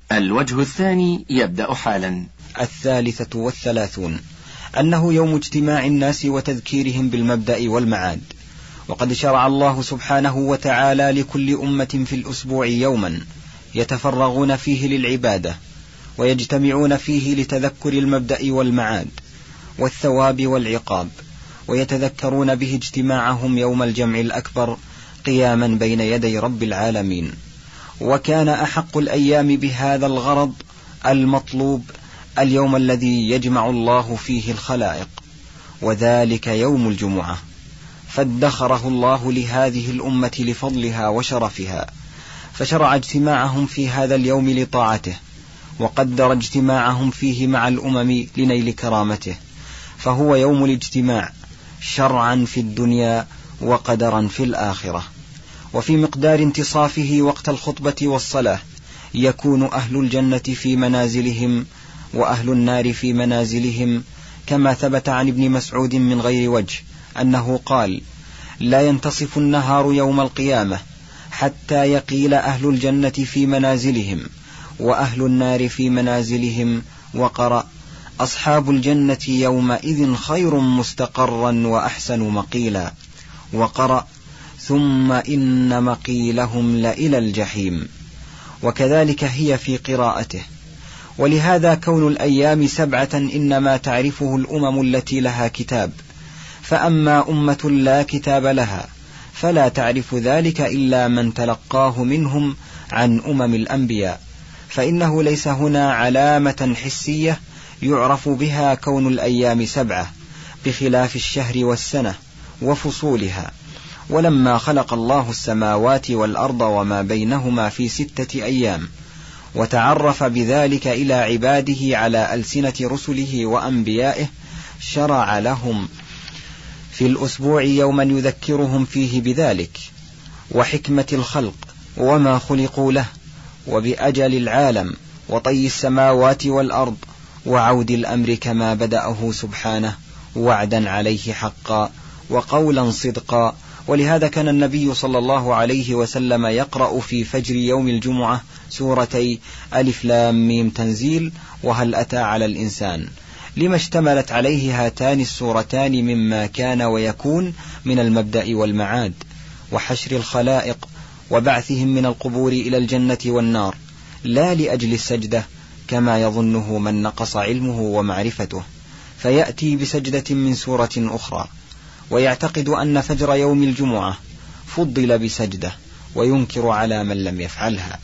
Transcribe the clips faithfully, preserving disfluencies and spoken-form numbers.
الوجه الثاني يبدأ حالا. الثالثة والثلاثون أنه يوم اجتماع الناس وتذكيرهم بالمبدأ والمعاد. وقد شرع الله سبحانه وتعالى لكل أمة في الأسبوع يوما يتفرغون فيه للعبادة ويجتمعون فيه لتذكر المبدأ والمعاد والثواب والعقاب، ويتذكرون به اجتماعهم يوم الجمع الأكبر قياما بين يدي رب العالمين. وكان أحق الأيام بهذا الغرض المطلوب اليوم الذي يجمع الله فيه الخلائق، وذلك يوم الجمعة، فادخره الله لهذه الأمة لفضلها وشرفها، فشرع اجتماعهم في هذا اليوم لطاعته، وقدر اجتماعهم فيه مع الأمم لنيل كرامته، فهو يوم الاجتماع شرعا في الدنيا وقدرا في الآخرة. وفي مقدار انتصافه وقت الخطبة والصلاة يكون أهل الجنة في منازلهم وأهل النار في منازلهم، كما ثبت عن ابن مسعود من غير وجه أنه قال: لا ينتصف النهار يوم القيامة حتى يقيل أهل الجنة في منازلهم وأهل النار في منازلهم. وقرأ: أصحاب الجنة يومئذ خير مستقرا وأحسن مقيلا. وقرأ: ثم إن مقيلهم لإلى الجحيم. وكذلك هي في قراءته. ولهذا كون الأيام سبعة إنما تعرفه الأمم التي لها كتاب، فأما أمة لا كتاب لها فلا تعرف ذلك إلا من تلقاه منهم عن أمم الأنبياء، فإنه ليس هنا علامة حسية يعرف بها كون الأيام سبعة، بخلاف الشهر والسنة وفصولها. ولما خلق الله السماوات والأرض وما بينهما في ستة أيام، وتعرف بذلك إلى عباده على ألسنة رسله وأنبيائه، شرع لهم في الأسبوع يوما يذكرهم فيه بذلك وحكمة الخلق وما خلقوا له، وبأجل العالم وطي السماوات والأرض، وعود الأمر كما بدأه سبحانه وعدا عليه حقا وقولا صدقا. ولهذا كان النبي صلى الله عليه وسلم يقرأ في فجر يوم الجمعة سورتي ألف لام ميم تنزيل وهل أتى على الإنسان، لما اشتملت عليه هاتان السورتان مما كان ويكون من المبدأ والمعاد وحشر الخلائق وبعثهم من القبور إلى الجنة والنار، لا لأجل السجدة كما يظنه من نقص علمه ومعرفته فيأتي بسجدة من سورة أخرى، ويعتقد أن فجر يوم الجمعة فضل بسجدة وينكر على من لم يفعلها.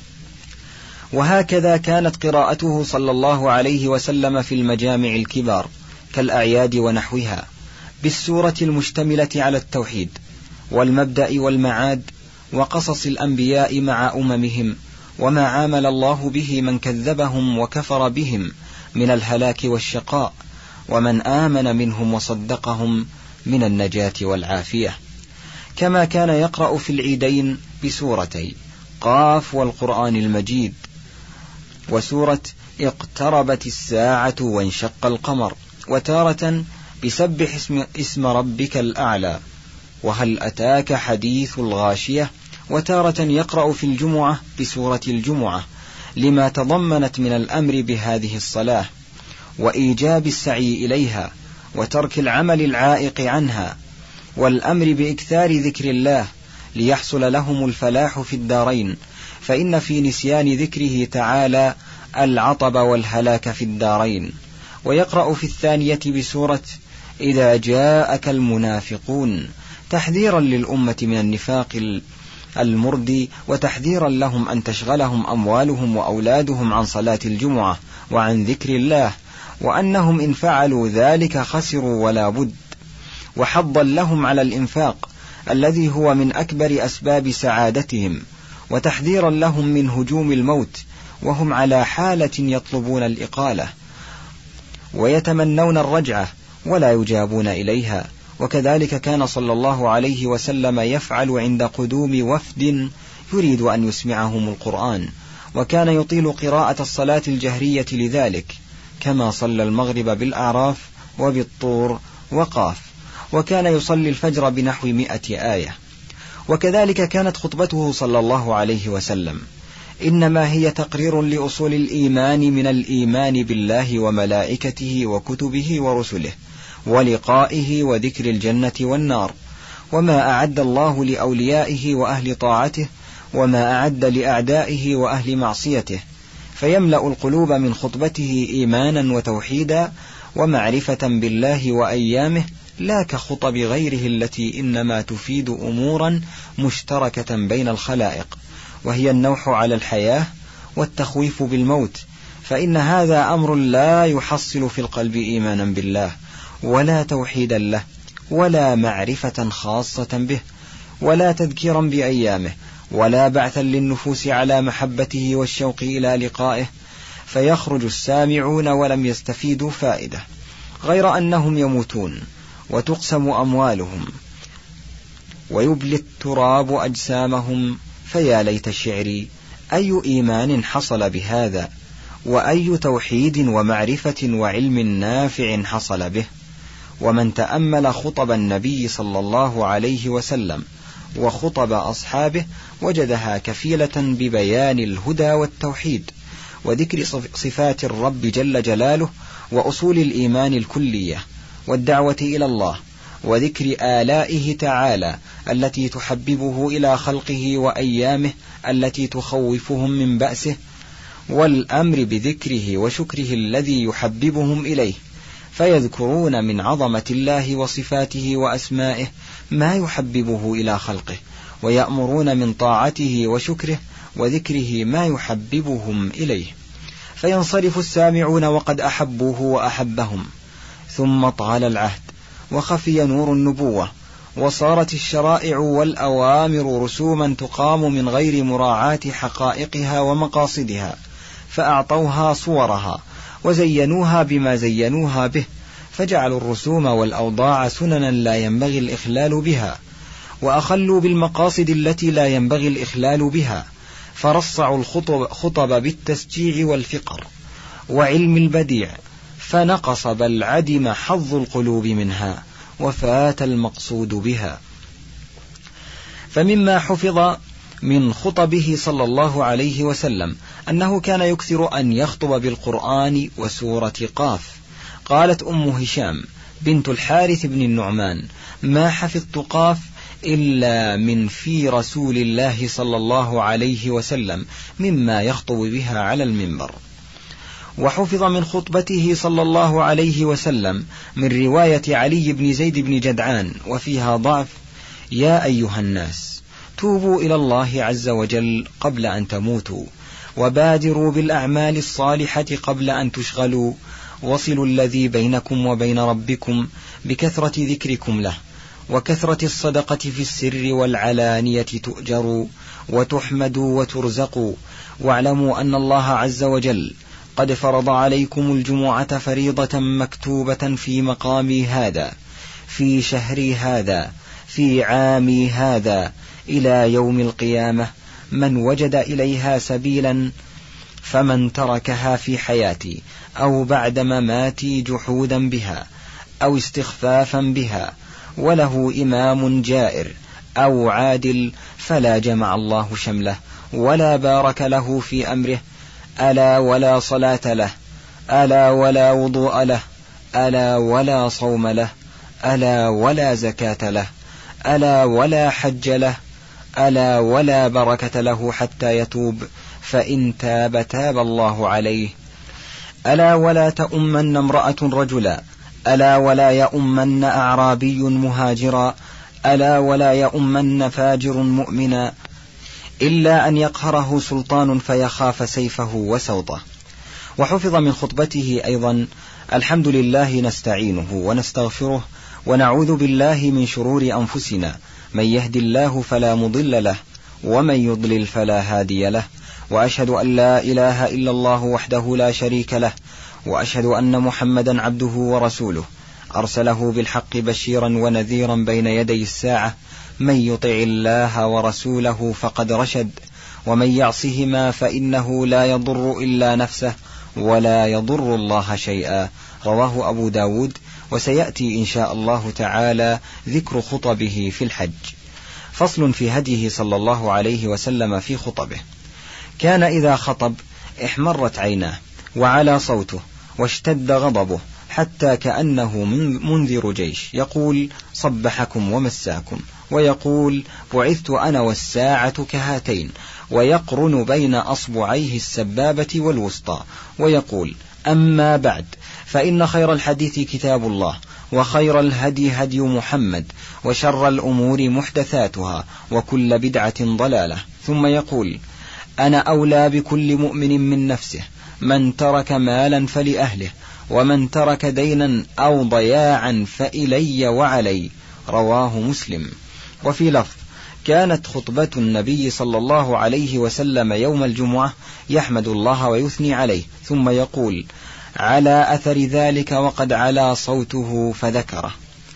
وهكذا كانت قراءته صلى الله عليه وسلم في المجامع الكبار كالأعياد ونحوها بالسورة المشتملة على التوحيد والمبدأ والمعاد وقصص الأنبياء مع أممهم، وما عامل الله به من كذبهم وكفر بهم من الهلاك والشقاء، ومن آمن منهم وصدقهم من النجاة والعافية. كما كان يقرأ في العيدين بسورتي قاف والقرآن المجيد وسورة اقتربت الساعة وانشق القمر، وتارة بسبح اسم, اسم ربك الأعلى وهل أتاك حديث الغاشية، وتارة يقرأ في الجمعة بسورة الجمعة لما تضمنت من الأمر بهذه الصلاة وإيجاب السعي إليها وترك العمل العائق عنها، والأمر بإكثار ذكر الله ليحصل لهم الفلاح في الدارين، فإن في نسيان ذكره تعالى العطب والهلاك في الدارين. ويقرأ في الثانية بسورة إذا جاءك المنافقون تحذيرا للأمة من النفاق المردي، وتحذيرا لهم أن تشغلهم أموالهم وأولادهم عن صلاة الجمعة وعن ذكر الله، وأنهم إن فعلوا ذلك خسروا ولا بد، وحضا لهم على الإنفاق الذي هو من أكبر أسباب سعادتهم، وتحذيرا لهم من هجوم الموت وهم على حالة يطلبون الإقالة ويتمنون الرجعة ولا يجابون إليها. وكذلك كان صلى الله عليه وسلم يفعل عند قدوم وفد يريد أن يسمعهم القرآن، وكان يطيل قراءة الصلاة الجهرية لذلك، كما صلى المغرب بالأعراف وبالطور وقاف، وكان يصلي الفجر بنحو مئة آية. وكذلك كانت خطبته صلى الله عليه وسلم إنما هي تقرير لأصول الإيمان من الإيمان بالله وملائكته وكتبه ورسله ولقائه وذكر الجنة والنار، وما أعد الله لأوليائه وأهل طاعته، وما أعد لأعدائه وأهل معصيته، فيملأ القلوب من خطبته إيمانا وتوحيدا ومعرفة بالله وأيامه، لا كخطب غيره التي إنما تفيد أمورا مشتركة بين الخلائق، وهي النوح على الحياة والتخويف بالموت، فإن هذا أمر لا يحصل في القلب إيمانا بالله ولا توحيدا له ولا معرفة خاصة به ولا تذكيرا بأيامه ولا بعثا للنفوس على محبته والشوق إلى لقائه، فيخرج السامعون ولم يستفيدوا فائدة غير أنهم يموتون وتقسم أموالهم ويبلي التراب أجسامهم. فيا ليت شعري أي إيمان حصل بهذا، وأي توحيد ومعرفة وعلم نافع حصل به. ومن تأمل خطب النبي صلى الله عليه وسلم وخطب أصحابه وجدها كفيلة ببيان الهدى والتوحيد وذكر صفات الرب جل جلاله وأصول الإيمان الكلية والدعوة إلى الله، وذكر آلائه تعالى التي تحببه إلى خلقه وأيامه التي تخوفهم من بأسه، والأمر بذكره وشكره الذي يحببهم إليه، فيذكرون من عظمة الله وصفاته وأسمائه ما يحببه إلى خلقه، ويأمرون من طاعته وشكره وذكره ما يحببهم إليه، فينصرف السامعون وقد أحبوه وأحبهم. ثم طال العهد وخفي نور النبوة، وصارت الشرائع والأوامر رسوما تقام من غير مراعاة حقائقها ومقاصدها، فأعطوها صورها وزينوها بما زينوها به، فجعلوا الرسوم والأوضاع سننا لا ينبغي الإخلال بها، وأخلوا بالمقاصد التي لا ينبغي الإخلال بها، فرصعوا الخطب خطب بالتسجيع والفقر وعلم البديع، فنقص بل عدم حظ القلوب منها وفات المقصود بها. فمما حفظ من خطبه صلى الله عليه وسلم أنه كان يكثر أن يخطب بالقرآن وسورة قاف. قالت أم هشام بنت الحارث بن النعمان: ما حفظت قاف إلا من في رسول الله صلى الله عليه وسلم مما يخطب بها على المنبر. وحفظ من خطبته صلى الله عليه وسلم من رواية علي بن زيد بن جدعان وفيها ضعف: يا أيها الناس توبوا إلى الله عز وجل قبل أن تموتوا، وبادروا بالأعمال الصالحة قبل أن تشغلوا، وصلوا الذي بينكم وبين ربكم بكثرة ذكركم له، وكثرة الصدقة في السر والعلانية تؤجروا وتحمدوا وترزقوا، واعلموا أن الله عز وجل قد فرض عليكم الجمعة فريضة مكتوبة في مقامي هذا، في شهري هذا، في عامي هذا، إلى يوم القيامة، من وجد إليها سبيلا، فمن تركها في حياتي أو بعد مماتي جحودا بها أو استخفافا بها وله إمام جائر أو عادل فلا جمع الله شمله ولا بارك له في أمره، ألا ولا صلاة له، ألا ولا وضوء له، ألا ولا صوم له، ألا ولا زكاة له، ألا ولا حج له، ألا ولا بركة له حتى يتوب، فإن تاب تاب الله عليه، ألا ولا تؤمن امرأة رجلا، ألا ولا يؤمن أعرابي مهاجرا، ألا ولا يؤمن فاجر مؤمنا، إلا أن يقهره سلطان فيخاف سيفه وسوطه. وحفظ من خطبته أيضا: الحمد لله نستعينه ونستغفره ونعوذ بالله من شرور أنفسنا، من يهد الله فلا مضل له ومن يضلل فلا هادي له، وأشهد أن لا إله إلا الله وحده لا شريك له، وأشهد أن محمدا عبده ورسوله أرسله بالحق بشيرا ونذيرا بين يدي الساعة، من يطع الله ورسوله فقد رشد، ومن يعصهما فإنه لا يضر إلا نفسه ولا يضر الله شيئا. رواه أبو داود. وسيأتي إن شاء الله تعالى ذكر خطبه في الحج. فصل في هديه صلى الله عليه وسلم في خطبه. كان إذا خطب احمرت عيناه وعلى صوته واشتد غضبه حتى كأنه منذر جيش، يقول صبحكم ومساكم، ويقول بعثت أنا والساعة كهاتين، ويقرن بين أصبعيه السبابة والوسطى، ويقول أما بعد فإن خير الحديث كتاب الله، وخير الهدي هدي محمد، وشر الأمور محدثاتها، وكل بدعة ضلالة. ثم يقول أنا أولى بكل مؤمن من نفسه، من ترك مالا فلأهله، ومن ترك دينا أو ضياعا فإلي وعلي، رواه مسلم. وفي لفظ كانت خطبة النبي صلى الله عليه وسلم يوم الجمعة يحمد الله ويثني عليه، ثم يقول على أثر ذلك وقد علا صوته فذكره.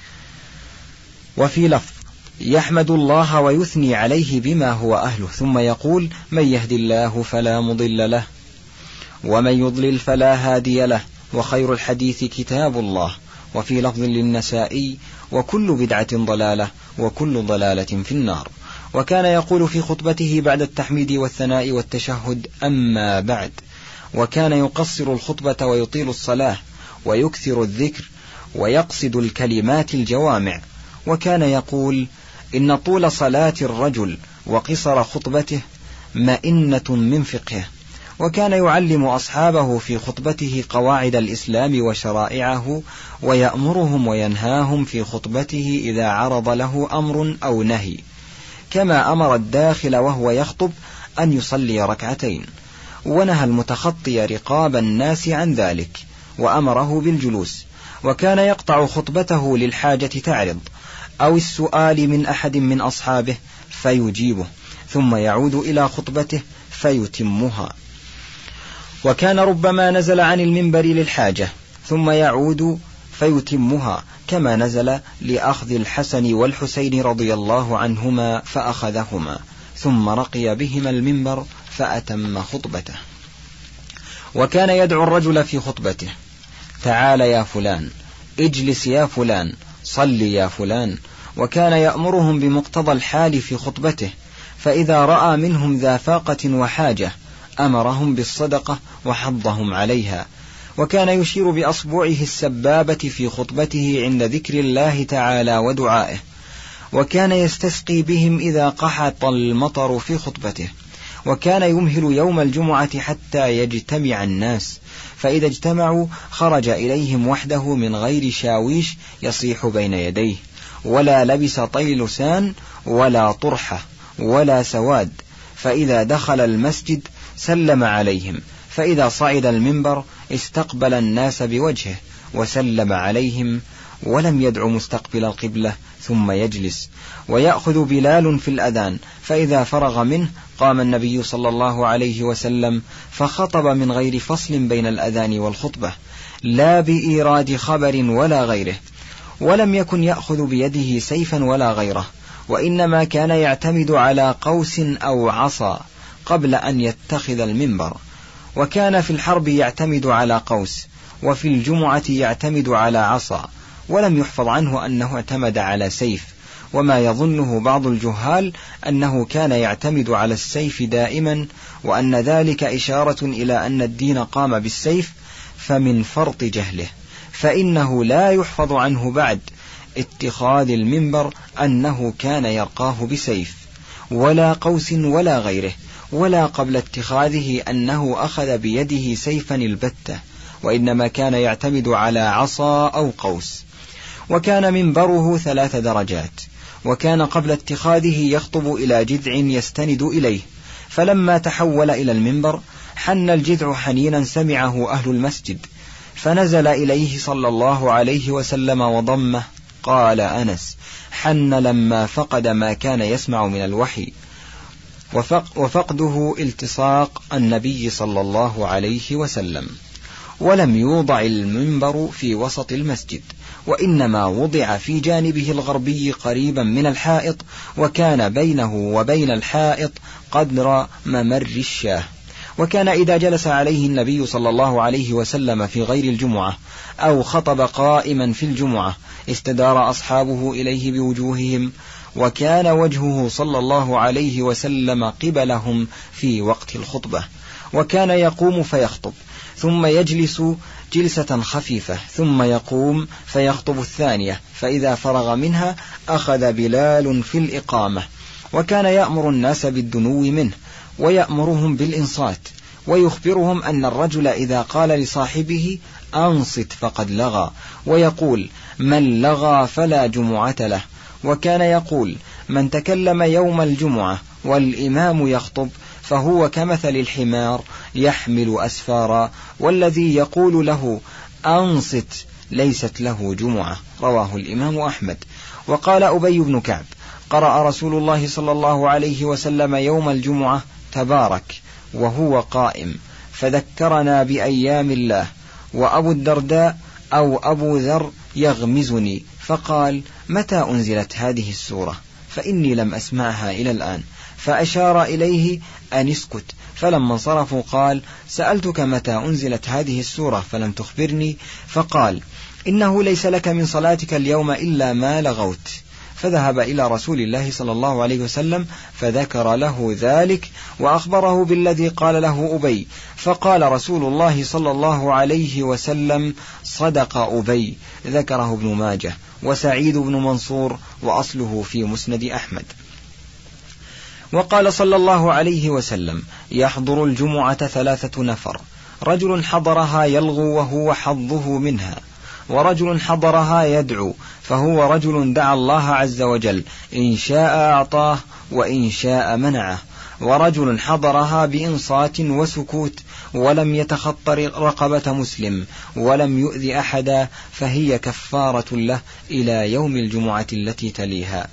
وفي لفظ يحمد الله ويثني عليه بما هو أهله، ثم يقول من يهد الله فلا مضل له، ومن يضلل فلا هادي له، وخير الحديث كتاب الله. وفي لفظ للنسائي وكل بدعة ضلالة، وكل ضلالة في النار. وكان يقول في خطبته بعد التحميد والثناء والتشهد أما بعد. وكان يقصر الخطبة ويطيل الصلاة ويكثر الذكر ويقصد الكلمات الجوامع. وكان يقول إن طول صلاة الرجل وقصر خطبته مئنة من فقهه. وكان يعلم أصحابه في خطبته قواعد الإسلام وشرائعه، ويأمرهم وينهاهم في خطبته إذا عرض له أمر أو نهي، كما أمر الداخل وهو يخطب أن يصلي ركعتين، ونهى المتخطي رقاب الناس عن ذلك، وأمره بالجلوس. وكان يقطع خطبته للحاجة تعرض أو السؤال من أحد من أصحابه فيجيبه، ثم يعود إلى خطبته فيتمها. وكان ربما نزل عن المنبر للحاجة ثم يعود فيتمها، كما نزل لأخذ الحسن والحسين رضي الله عنهما فأخذهما، ثم رقي بهما المنبر فأتم خطبته. وكان يدعو الرجل في خطبته تعال يا فلان، اجلس يا فلان، صل يا فلان. وكان يأمرهم بمقتضى الحال في خطبته، فإذا رأى منهم ذا فاقة وحاجة أمرهم بالصدقة وحضهم عليها. وكان يشير بأصبعه السبابة في خطبته عند ذكر الله تعالى ودعائه. وكان يستسقي بهم إذا قحط المطر في خطبته. وكان يمهل يوم الجمعة حتى يجتمع الناس، فإذا اجتمعوا خرج إليهم وحده من غير شاويش يصيح بين يديه، ولا لبس طيلسان ولا طرحة ولا سواد. فإذا دخل المسجد سلم عليهم، فإذا صعد المنبر استقبل الناس بوجهه وسلم عليهم، ولم يدع مستقبل القبلة ثم يجلس. ويأخذ بلال في الأذان، فإذا فرغ منه قام النبي صلى الله عليه وسلم فخطب من غير فصل بين الأذان والخطبة، لا بإيراد خبر ولا غيره. ولم يكن يأخذ بيده سيفا ولا غيره، وإنما كان يعتمد على قوس أو عصا قبل أن يتخذ المنبر. وكان في الحرب يعتمد على قوس، وفي الجمعة يعتمد على عصا، ولم يحفظ عنه أنه اعتمد على سيف. وما يظنه بعض الجهال أنه كان يعتمد على السيف دائما، وأن ذلك إشارة إلى أن الدين قام بالسيف، فمن فرط جهله، فإنه لا يحفظ عنه بعد اتخاذ المنبر أنه كان يرقاه بسيف ولا قوس ولا غيره، ولا قبل اتخاذه أنه أخذ بيده سيفا البتة، وإنما كان يعتمد على عصا أو قوس. وكان منبره ثلاث درجات. وكان قبل اتخاذه يخطب إلى جذع يستند إليه، فلما تحول إلى المنبر حن الجذع حنينا سمعه أهل المسجد، فنزل إليه صلى الله عليه وسلم وضمه. قال أنس حن لما فقد ما كان يسمع من الوحي، وفقده التصاق النبي صلى الله عليه وسلم. ولم يوضع المنبر في وسط المسجد، وإنما وضع في جانبه الغربي قريبا من الحائط، وكان بينه وبين الحائط قدر ممر الشاه. وكان إذا جلس عليه النبي صلى الله عليه وسلم في غير الجمعة أو خطب قائما في الجمعة استدار أصحابه إليه بوجوههم وكان وجهه صلى الله عليه وسلم قبلهم في وقت الخطبة، وكان يقوم فيخطب ثم يجلس جلسة خفيفة ثم يقوم فيخطب الثانية، فإذا فرغ منها أخذ بلال في الإقامة، وكان يأمر الناس بالدنو منه ويأمرهم بالإنصات، ويخبرهم أن الرجل إذا قال لصاحبه أنصت فقد لغى، ويقول من لغى فلا جمعة له. وكان يقول من تكلم يوم الجمعة والإمام يخطب فهو كمثل الحمار يحمل أسفارا، والذي يقول له أنصت ليست له جمعة. رواه الإمام أحمد. وقال أبي بن كعب قرأ رسول الله صلى الله عليه وسلم يوم الجمعة تبارك وهو قائم، فذكرنا بأيام الله. وأبو الدرداء أو أبو ذر يغمزني فقال متى أنزلت هذه السورة؟ فإني لم أسمعها إلى الآن، فأشار إليه أن اسكت، فلما انصرفوا قال سألتك متى أنزلت هذه السورة فلم تخبرني، فقال إنه ليس لك من صلاتك اليوم إلا ما لغوت. فذهب إلى رسول الله صلى الله عليه وسلم فذكر له ذلك وأخبره بالذي قال له أبي، فقال رسول الله صلى الله عليه وسلم صدق أبي. ذكره ابن ماجه وسعيد بن منصور وأصله في مسند أحمد. وقال صلى الله عليه وسلم يحضر الجمعة ثلاثة نفر، رجل حضرها يلغو وهو حظه منها، ورجل حضرها يدعو فهو رجل دعا الله عز وجل إن شاء أعطاه وإن شاء منعه، ورجل حضرها بإنصات وسكوت ولم يتخطر رقبة مسلم ولم يؤذي أحدا فهي كفارة له إلى يوم الجمعة التي تليها.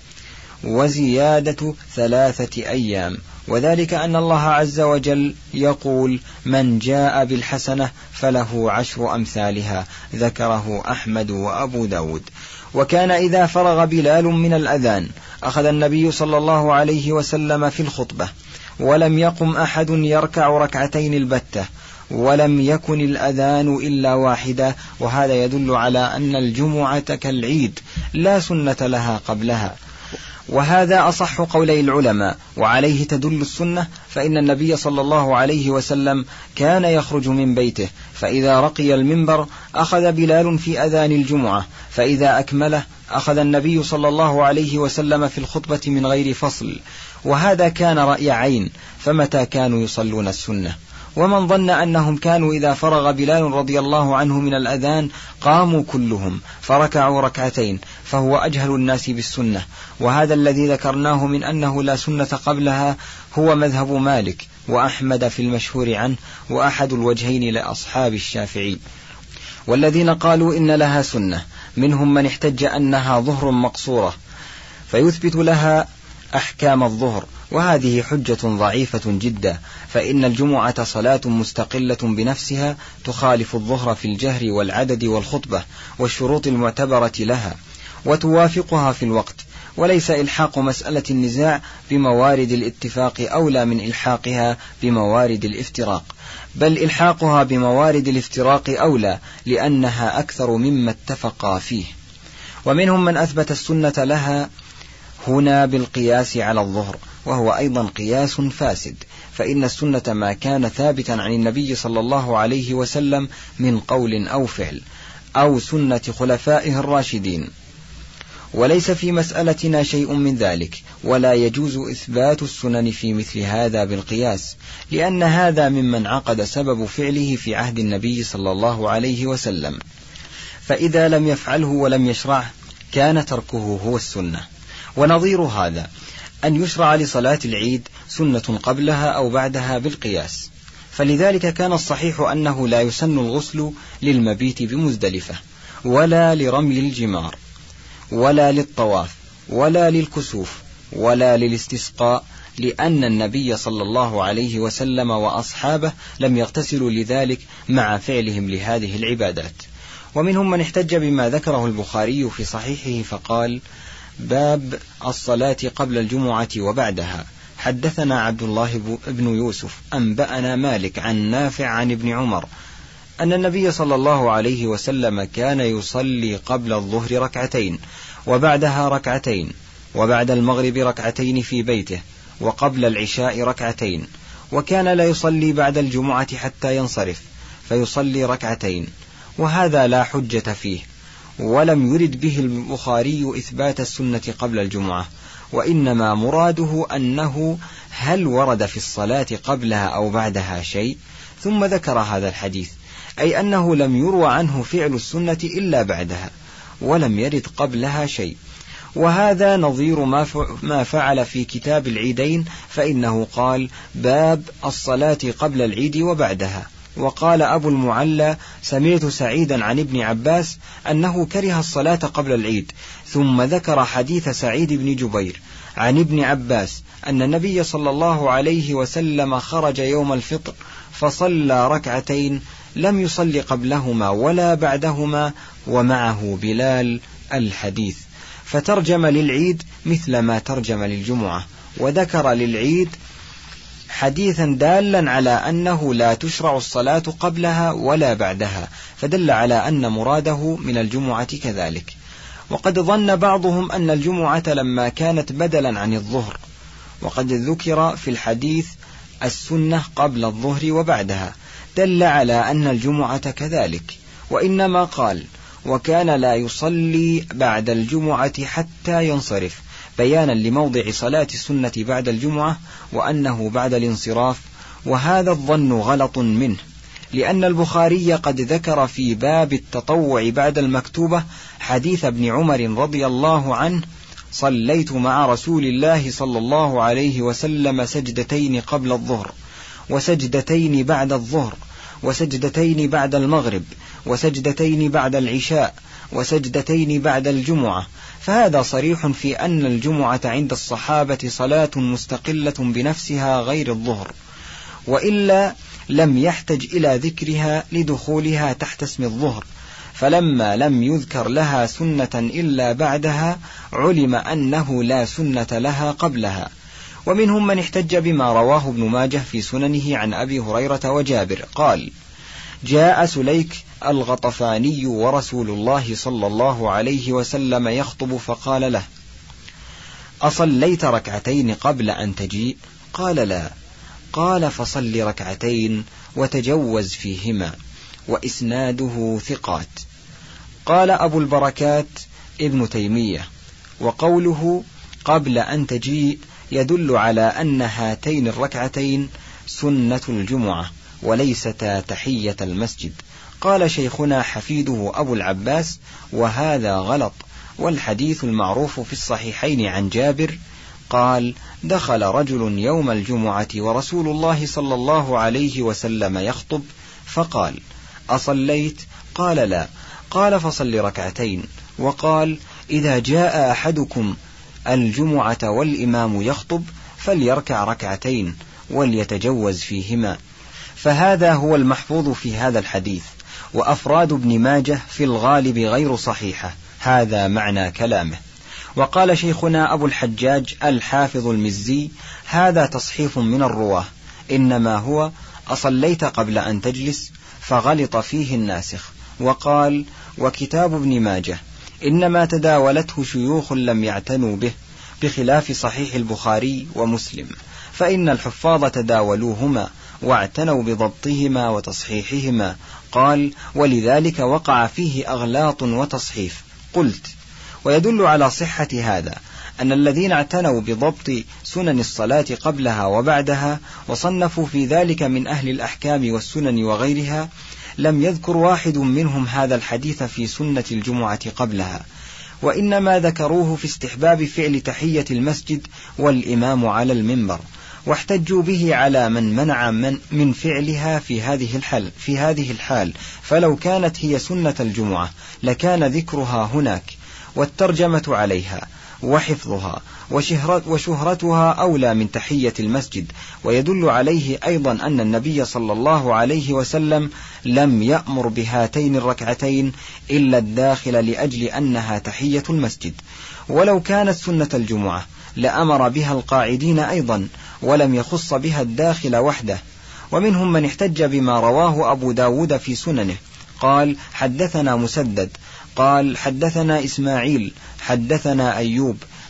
وزيادة ثلاثة أيام، وذلك أن الله عز وجل يقول من جاء بالحسنة فله عشر أمثالها. ذكره أحمد وأبو داود. وكان إذا فرغ بلال من الأذان أخذ النبي صلى الله عليه وسلم في الخطبة، ولم يقم أحد يركع ركعتين البتة، ولم يكن الأذان إلا واحدة، وهذا يدل على أن الجمعة كالعيد لا سنة لها قبلها، وهذا أصح قولي العلماء، وعليه تدل السنة، فإن النبي صلى الله عليه وسلم كان يخرج من بيته فإذا رقي المنبر أخذ بلال في أذان الجمعة، فإذا أكمله أخذ النبي صلى الله عليه وسلم في الخطبة من غير فصل، وهذا كان رأي عين، فمتى كانوا يصلون السنة. ومن ظن أنهم كانوا إذا فرغ بلال رضي الله عنه من الأذان قاموا كلهم فركعوا ركعتين فهو أجهل الناس بالسنة، وهذا الذي ذكرناه من أنه لا سنة قبلها هو مذهب مالك وأحمد في المشهور عنه، وأحد الوجهين لأصحاب الشافعي. والذين قالوا إن لها سنة منهم من احتج أنها ظهر مقصورة فيثبت لها أحكام الظهر، وهذه حجة ضعيفة جدا، فإن الجمعة صلاة مستقلة بنفسها تخالف الظهر في الجهر والعدد والخطبة والشروط المعتبرة لها، وتوافقها في الوقت، وليس إلحاق مسألة النزاع بموارد الاتفاق أولى من إلحاقها بموارد الافتراق، بل إلحاقها بموارد الافتراق أولى لأنها أكثر مما اتفقا فيه. ومنهم من أثبت السنة لها هنا بالقياس على الظهر، وهو أيضا قياس فاسد، فإن السنة ما كان ثابتا عن النبي صلى الله عليه وسلم من قول أو فعل أو سنة خلفائه الراشدين، وليس في مسألتنا شيء من ذلك، ولا يجوز إثبات السنن في مثل هذا بالقياس، لأن هذا ممن عقد سبب فعله في عهد النبي صلى الله عليه وسلم، فإذا لم يفعله ولم يشرعه كان تركه هو السنة. ونظير هذا أن يشرع لصلاة العيد سنة قبلها أو بعدها بالقياس، فلذلك كان الصحيح أنه لا يسن الغسل للمبيت بمزدلفة ولا لرمي الجمار ولا للطواف ولا للكسوف ولا للاستسقاء، لأن النبي صلى الله عليه وسلم وأصحابه لم يغتسلوا لذلك مع فعلهم لهذه العبادات. ومنهم من احتج بما ذكره البخاري في صحيحه فقال باب الصلاة قبل الجمعة وبعدها. حدثنا عبد الله بن يوسف أنبأنا مالك عن نافع عن ابن عمر أن النبي صلى الله عليه وسلم كان يصلي قبل الظهر ركعتين وبعدها ركعتين، وبعد المغرب ركعتين في بيته، وقبل العشاء ركعتين، وكان لا يصلي بعد الجمعة حتى ينصرف فيصلي ركعتين، وهذا لا حجة فيه، ولم يرد به البخاري إثبات السنة قبل الجمعة، وإنما مراده أنه هل ورد في الصلاة قبلها أو بعدها شيء، ثم ذكر هذا الحديث، أي أنه لم يروى عنه فعل السنة إلا بعدها، ولم يرد قبلها شيء. وهذا نظير ما فعل في كتاب العيدين، فإنه قال باب الصلاة قبل العيد وبعدها. وقال أبو المعلى سمعت سعيدا عن ابن عباس أنه كره الصلاة قبل العيد، ثم ذكر حديث سعيد بن جبير عن ابن عباس أن النبي صلى الله عليه وسلم خرج يوم الفطر فصلى ركعتين لم يصل قبلهما ولا بعدهما ومعه بلال الحديث، فترجم للعيد مثل ما ترجم للجمعة، وذكر للعيد حديثا دالا على أنه لا تشرع الصلاة قبلها ولا بعدها، فدل على أن مراده من الجمعة كذلك. وقد ظن بعضهم أن الجمعة لما كانت بدلا عن الظهر، وقد ذكر في الحديث السنة قبل الظهر وبعدها، دل على أن الجمعة كذلك، وإنما قال وكان لا يصلي بعد الجمعة حتى ينصرف، بيانا لموضع صلاة السنة بعد الجمعة وأنه بعد الانصراف، وهذا الظن غلط منه، لأن البخاري قد ذكر في باب التطوع بعد المكتوبة حديث ابن عمر رضي الله عنه صليت مع رسول الله صلى الله عليه وسلم سجدتين قبل الظهر، وسجدتين بعد الظهر، وسجدتين بعد المغرب، وسجدتين بعد العشاء، وسجدتين بعد الجمعة، فهذا صريح في أن الجمعة عند الصحابة صلاة مستقلة بنفسها غير الظهر، وإلا لم يحتج إلى ذكرها لدخولها تحت اسم الظهر، فلما لم يذكر لها سنة إلا بعدها علم أنه لا سنة لها قبلها. ومنهم من احتج بما رواه ابن ماجه في سننه عن أبي هريرة وجابر قال جاء سليك الغطفاني ورسول الله صلى الله عليه وسلم يخطب فقال له أصليت ركعتين قبل أن تجيء؟ قال لا. قال فصل ركعتين وتجوز فيهما، وإسناده ثقات. قال أبو البركات ابن تيمية وقوله قبل أن تجيء يدل على أن هاتين الركعتين سنة الجمعة وليستا تحية المسجد. قال شيخنا حفيده أبو العباس وهذا غلط، والحديث المعروف في الصحيحين عن جابر قال دخل رجل يوم الجمعة ورسول الله صلى الله عليه وسلم يخطب فقال أصليت؟ قال لا. قال فصل ركعتين. وقال إذا جاء أحدكم الجمعة والإمام يخطب فليركع ركعتين وليتجوز فيهما، فهذا هو المحفوظ في هذا الحديث، وأفراد ابن ماجه في الغالب غير صحيحة، هذا معنى كلامه. وقال شيخنا أبو الحجاج الحافظ المزي هذا تصحيف من الرواه، إنما هو أصليت قبل أن تجلس، فغلط فيه الناسخ. وقال وكتاب ابن ماجه إنما تداولته شيوخ لم يعتنوا به، بخلاف صحيح البخاري ومسلم، فإن الحفاظ تداولوهما واعتنوا بضبطهما وتصحيحهما. قال ولذلك وقع فيه أغلاط وتصحيف. قلت ويدل على صحة هذا أن الذين اعتنوا بضبط سنن الصلاة قبلها وبعدها وصنفوا في ذلك من أهل الأحكام والسنن وغيرها لم يذكر واحد منهم هذا الحديث في سنة الجمعة قبلها، وإنما ذكروه في استحباب فعل تحية المسجد والإمام على المنبر، واحتجوا به على من منع من, من فعلها في هذه الحال في هذه الحال فلو كانت هي سنة الجمعة لكان ذكرها هناك، والترجمة عليها وحفظها وشهرتها أولى من تحية المسجد. ويدل عليه أيضا أن النبي صلى الله عليه وسلم لم يأمر بهاتين الركعتين إلا الداخل لأجل أنها تحية المسجد، ولو كانت سنة الجمعة لأمر بها القاعدين أيضا ولم يخص بها الداخل وحده. ومنهم من احتج بما رواه أبو داود في سننه قال حدثنا مسدد قال حدثنا إسماعيل حدثنا أيوب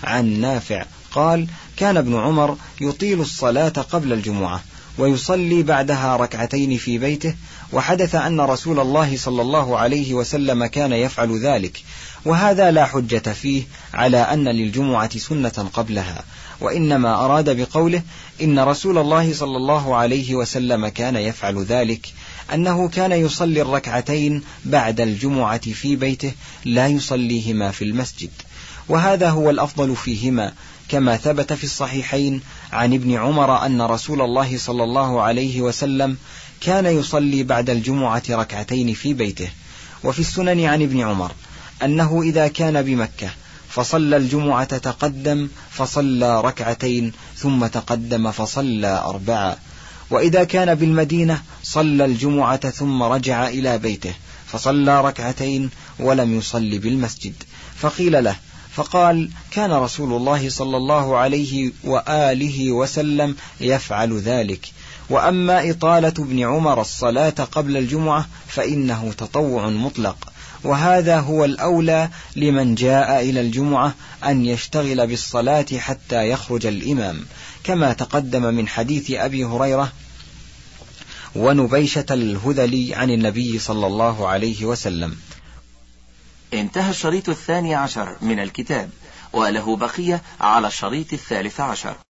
عن نافع قال: كان ابن عمر يطيل الصلاة قبل الجمعة ويصلي بعدها ركعتين في بيته، وحدث أن رسول الله صلى الله عليه وسلم كان يفعل ذلك، وهذا لا حجة فيه على أن للجمعة سنة قبلها، وإنما أراد بقوله إن رسول الله صلى الله عليه وسلم كان يفعل ذلك أنه كان يصلي الركعتين بعد الجمعة في بيته لا يصليهما في المسجد، وهذا هو الأفضل فيهما، كما ثبت في الصحيحين عن ابن عمر أن رسول الله صلى الله عليه وسلم كان يصلي بعد الجمعة ركعتين في بيته. وفي السنن عن ابن عمر أنه إذا كان بمكة فصلى الجمعة تقدم فصلى ركعتين ثم تقدم فصلى أربعة، وإذا كان بالمدينة صلى الجمعة ثم رجع إلى بيته فصلى ركعتين ولم يصلي بالمسجد. فقيل له فقال: كان رسول الله صلى الله عليه وآله وسلم يفعل ذلك، وأما إطالة ابن عمر الصلاة قبل الجمعة فإنه تطوع مطلق، وهذا هو الأولى لمن جاء إلى الجمعة أن يشتغل بالصلاة حتى يخرج الإمام، كما تقدم من حديث أبي هريرة ونبيشة الهذلي عن النبي صلى الله عليه وسلم. انتهى الشريط الثاني عشر من الكتاب، وله بقية على الشريط الثالث عشر.